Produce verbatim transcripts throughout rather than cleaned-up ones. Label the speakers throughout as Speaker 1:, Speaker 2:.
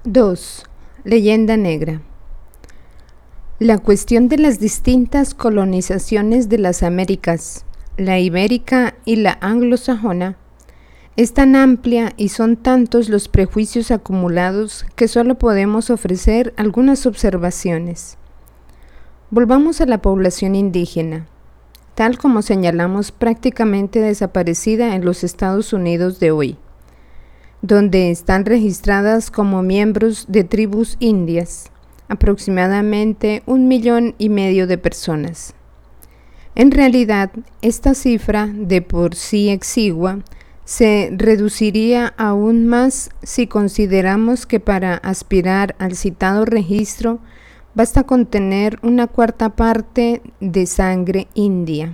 Speaker 1: dos. Leyenda negra. La cuestión de las distintas colonizaciones de las Américas, la ibérica y la anglosajona, es tan amplia y son tantos los prejuicios acumulados que solo podemos ofrecer algunas observaciones. Volvamos a la población indígena, tal como señalamos, prácticamente desaparecida en los Estados Unidos de hoy, donde están registradas como miembros de tribus indias, aproximadamente un millón y medio de personas. En realidad, esta cifra, de por sí exigua, se reduciría aún más si consideramos que para aspirar al citado registro basta con tener una cuarta parte de sangre india.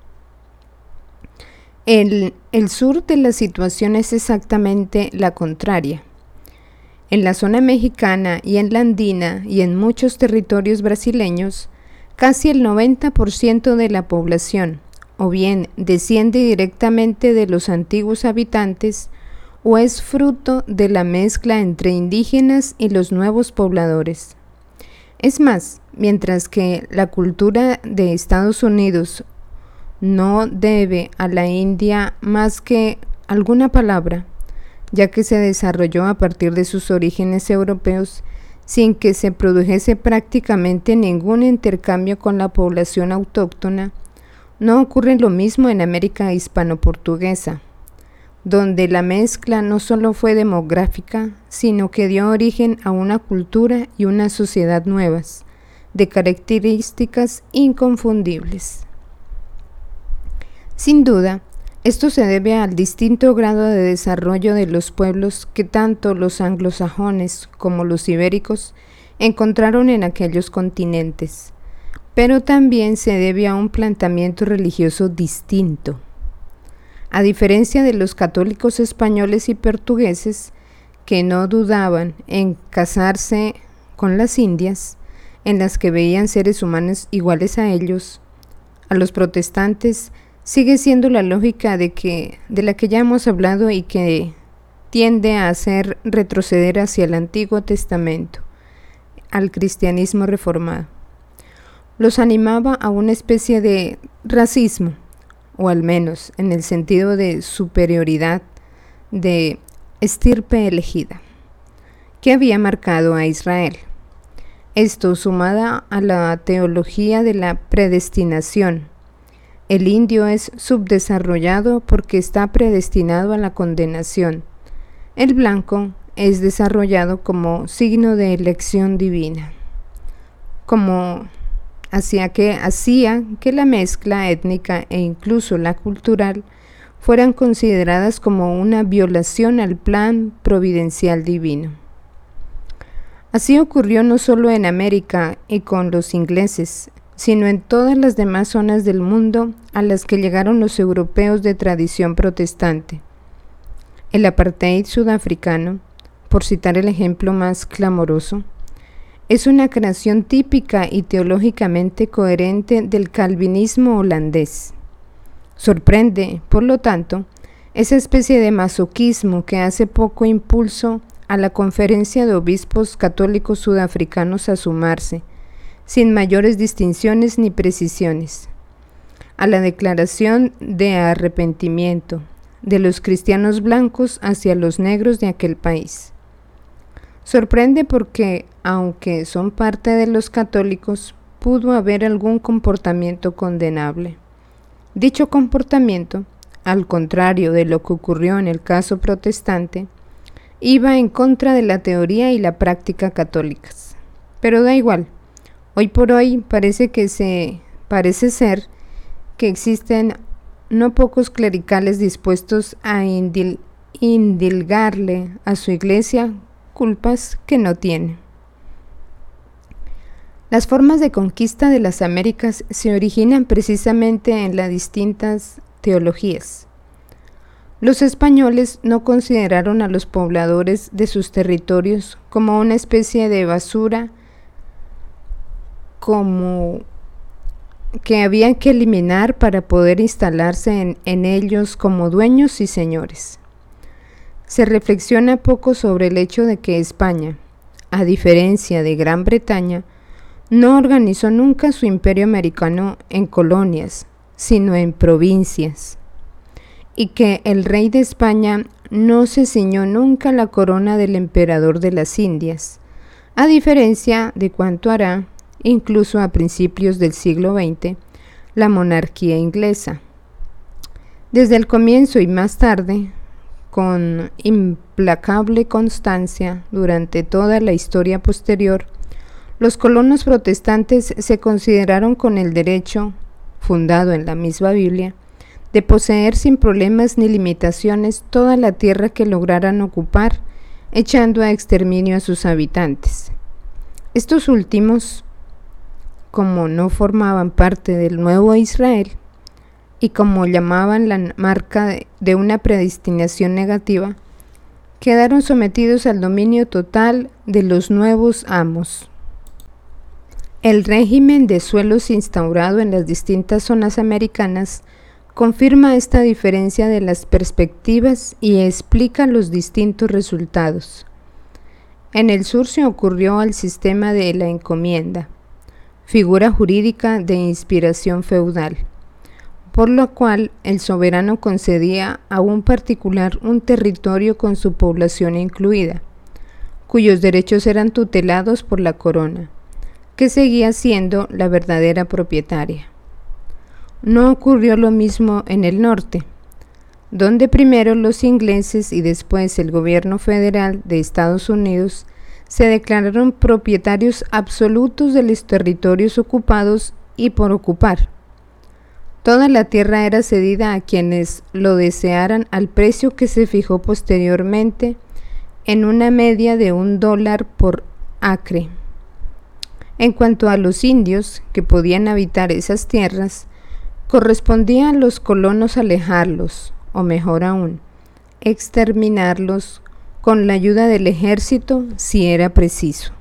Speaker 1: El, el sur de la situación es exactamente la contraria. En la zona mexicana y en la andina y en muchos territorios brasileños, casi el noventa por ciento de la población o bien desciende directamente de los antiguos habitantes o es fruto de la mezcla entre indígenas y los nuevos pobladores. Es más, mientras que la cultura de Estados Unidos no debe a la India más que alguna palabra, ya que se desarrolló a partir de sus orígenes europeos sin que se produjese prácticamente ningún intercambio con la población autóctona, no ocurre lo mismo en América hispano-portuguesa, donde la mezcla no solo fue demográfica, sino que dio origen a una cultura y una sociedad nuevas, de características inconfundibles. Sin duda, esto se debe al distinto grado de desarrollo de los pueblos que tanto los anglosajones como los ibéricos encontraron en aquellos continentes, pero también se debe a un planteamiento religioso distinto. A diferencia de los católicos españoles y portugueses, que no dudaban en casarse con las indias, en las que veían seres humanos iguales a ellos, a los protestantes sigue siendo la lógica de, que, de la que ya hemos hablado y que tiende a hacer retroceder hacia el Antiguo Testamento, al cristianismo reformado. Los animaba a una especie de racismo, o al menos en el sentido de superioridad, de estirpe elegida, que había marcado a Israel. Esto sumada a la teología de la predestinación. El indio es subdesarrollado porque está predestinado a la condenación. El blanco es desarrollado como signo de elección divina, como hacía que, hacía que la mezcla étnica e incluso la cultural fueran consideradas como una violación al plan providencial divino. Así ocurrió no solo en América y con los ingleses, sino en todas las demás zonas del mundo a las que llegaron los europeos de tradición protestante. El apartheid sudafricano, por citar el ejemplo más clamoroso, es una creación típica y teológicamente coherente del calvinismo holandés. Sorprende, por lo tanto, esa especie de masoquismo que hace poco impulsó a la Conferencia de Obispos Católicos Sudafricanos a sumarse, sin mayores distinciones ni precisiones, a la declaración de arrepentimiento de los cristianos blancos hacia los negros de aquel país. Sorprende porque, aunque son parte de los católicos, pudo haber algún comportamiento condenable. Dicho comportamiento, al contrario de lo que ocurrió en el caso protestante, iba en contra de la teoría y la práctica católicas. Pero da igual. Hoy por hoy parece que se parece ser que existen no pocos clericales dispuestos a indil, indilgarle a su iglesia culpas que no tiene. Las formas de conquista de las Américas se originan precisamente en las distintas teologías. Los españoles no consideraron a los pobladores de sus territorios como una especie de basura, como que había que eliminar para poder instalarse en, en ellos como dueños y señores. Se reflexiona poco sobre el hecho de que España, a diferencia de Gran Bretaña, no organizó nunca su imperio americano en colonias, sino en provincias, y que el rey de España no se ciñó nunca la corona del emperador de las Indias, a diferencia de cuanto hará, incluso a principios del siglo veinte, la monarquía inglesa. Desde el comienzo y más tarde, con implacable constancia durante toda la historia posterior, los colonos protestantes se consideraron con el derecho, fundado en la misma Biblia, de poseer sin problemas ni limitaciones toda la tierra que lograran ocupar, echando a exterminio a sus habitantes. Estos últimos, como no formaban parte del nuevo Israel, y como llamaban la marca de una predestinación negativa, quedaron sometidos al dominio total de los nuevos amos. El régimen de suelos instaurado en las distintas zonas americanas confirma esta diferencia de las perspectivas y explica los distintos resultados. En el sur se ocurrió el sistema de la encomienda, figura jurídica de inspiración feudal, por lo cual el soberano concedía a un particular un territorio con su población incluida, cuyos derechos eran tutelados por la corona, que seguía siendo la verdadera propietaria. No ocurrió lo mismo en el norte, donde primero los ingleses y después el gobierno federal de Estados Unidos se declararon propietarios absolutos de los territorios ocupados y por ocupar. Toda la tierra era cedida a quienes lo desearan al precio que se fijó posteriormente en una media de un dólar por acre. En cuanto a los indios que podían habitar esas tierras, correspondía a los colonos alejarlos, o mejor aún, exterminarlos con la ayuda del ejército si era preciso.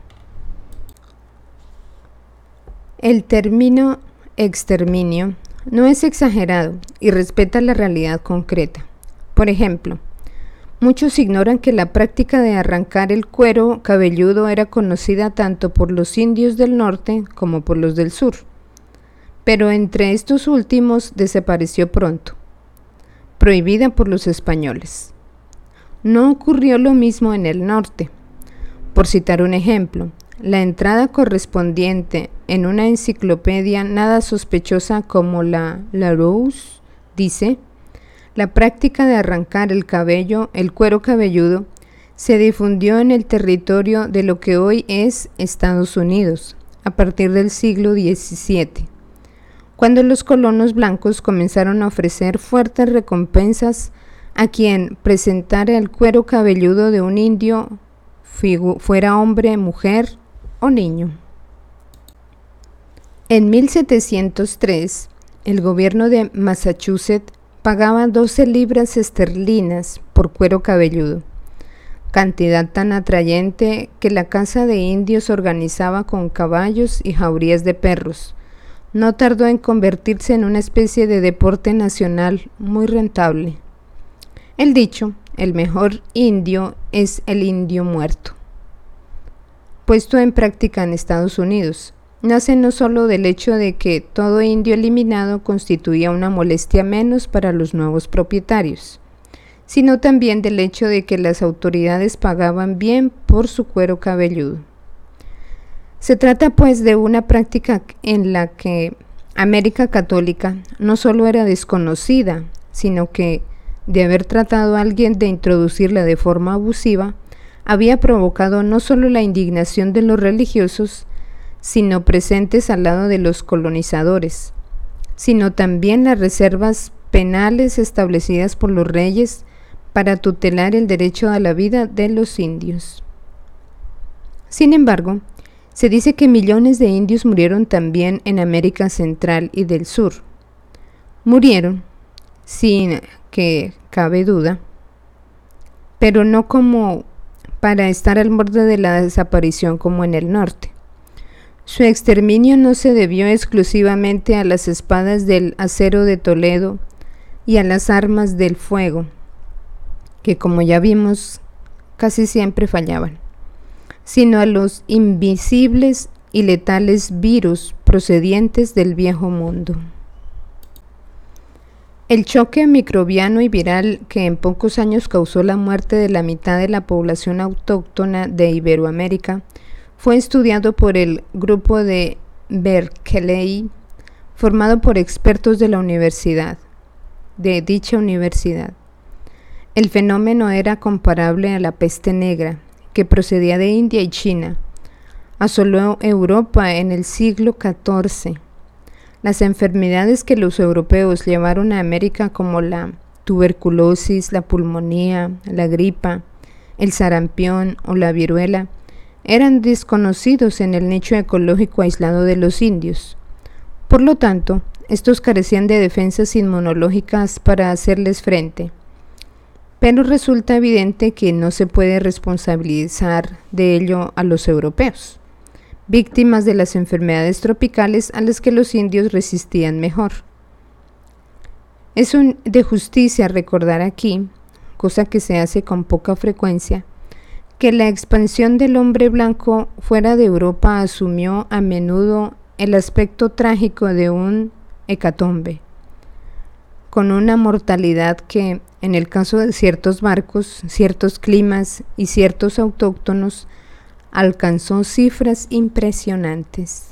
Speaker 1: El término exterminio no es exagerado y respeta la realidad concreta. Por ejemplo, muchos ignoran que la práctica de arrancar el cuero cabelludo era conocida tanto por los indios del norte como por los del sur, pero entre estos últimos desapareció pronto, prohibida por los españoles. No ocurrió lo mismo en el norte. Por citar un ejemplo, la entrada correspondiente en una enciclopedia nada sospechosa como la Larousse dice: la práctica de arrancar el cabello, el cuero cabelludo, se difundió en el territorio de lo que hoy es Estados Unidos a partir del siglo diecisiete, cuando los colonos blancos comenzaron a ofrecer fuertes recompensas a quien presentara el cuero cabelludo de un indio, fuera hombre, mujer o niño. En mil setecientos tres, el gobierno de Massachusetts pagaba doce libras esterlinas por cuero cabelludo, cantidad tan atrayente que la casa de indios organizaba con caballos y jaurías de perros. No tardó en convertirse en una especie de deporte nacional muy rentable. El dicho, el mejor indio es el indio muerto, puesto en práctica en Estados Unidos, nace no solo del hecho de que todo indio eliminado constituía una molestia menos para los nuevos propietarios, sino también del hecho de que las autoridades pagaban bien por su cuero cabelludo. Se trata pues de una práctica en la que América Católica no solo era desconocida, sino que, de haber tratado a alguien de introducirla de forma abusiva, había provocado no solo la indignación de los religiosos, sino presentes al lado de los colonizadores, sino también las reservas penales establecidas por los reyes para tutelar el derecho a la vida de los indios. Sin embargo, se dice que millones de indios murieron también en América Central y del Sur. Murieron, sin que cabe duda, pero no como para estar al borde de la desaparición como en el norte. Su exterminio no se debió exclusivamente a las espadas del acero de Toledo y a las armas del fuego, que como ya vimos, casi siempre fallaban, sino a los invisibles y letales virus procedientes del viejo mundo. El choque microbiano y viral que en pocos años causó la muerte de la mitad de la población autóctona de Iberoamérica fue estudiado por el grupo de Berkeley, formado por expertos de la universidad, de dicha universidad. El fenómeno era comparable a la peste negra, que procedía de India y China. Asoló Europa en el siglo catorce. Las enfermedades que los europeos llevaron a América, como la tuberculosis, la pulmonía, la gripa, el sarampión o la viruela, eran desconocidos en el nicho ecológico aislado de los indios. Por lo tanto, estos carecían de defensas inmunológicas para hacerles frente. Pero resulta evidente que no se puede responsabilizar de ello a los europeos, víctimas de las enfermedades tropicales a las que los indios resistían mejor. Es un, de justicia recordar aquí, cosa que se hace con poca frecuencia, que la expansión del hombre blanco fuera de Europa asumió a menudo el aspecto trágico de un hecatombe, con una mortalidad que, en el caso de ciertos barcos, ciertos climas y ciertos autóctonos, alcanzó cifras impresionantes.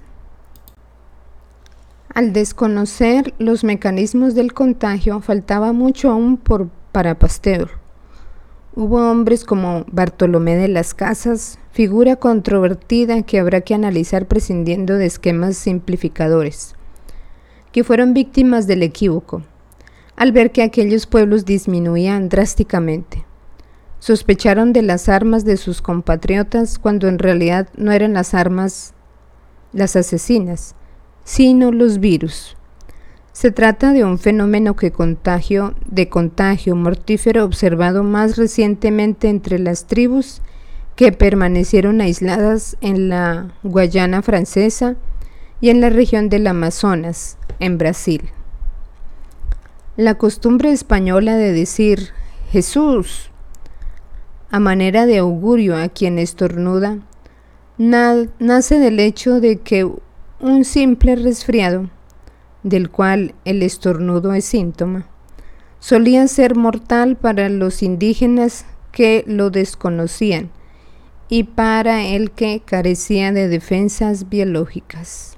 Speaker 1: Al desconocer los mecanismos del contagio, faltaba mucho aún por, para Pasteur. Hubo hombres como Bartolomé de las Casas, figura controvertida que habrá que analizar prescindiendo de esquemas simplificadores, que fueron víctimas del equívoco, al ver que aquellos pueblos disminuían drásticamente. Sospecharon de las armas de sus compatriotas cuando en realidad no eran las armas las asesinas, sino los virus. Se trata de un fenómeno que contagio, de contagio mortífero observado más recientemente entre las tribus que permanecieron aisladas en la Guayana Francesa y en la región del Amazonas, en Brasil. La costumbre española de decir Jesús a manera de augurio a quien estornuda na- nace del hecho de que un simple resfriado, del cual el estornudo es síntoma, solía ser mortal para los indígenas que lo desconocían y para el que carecía de defensas biológicas.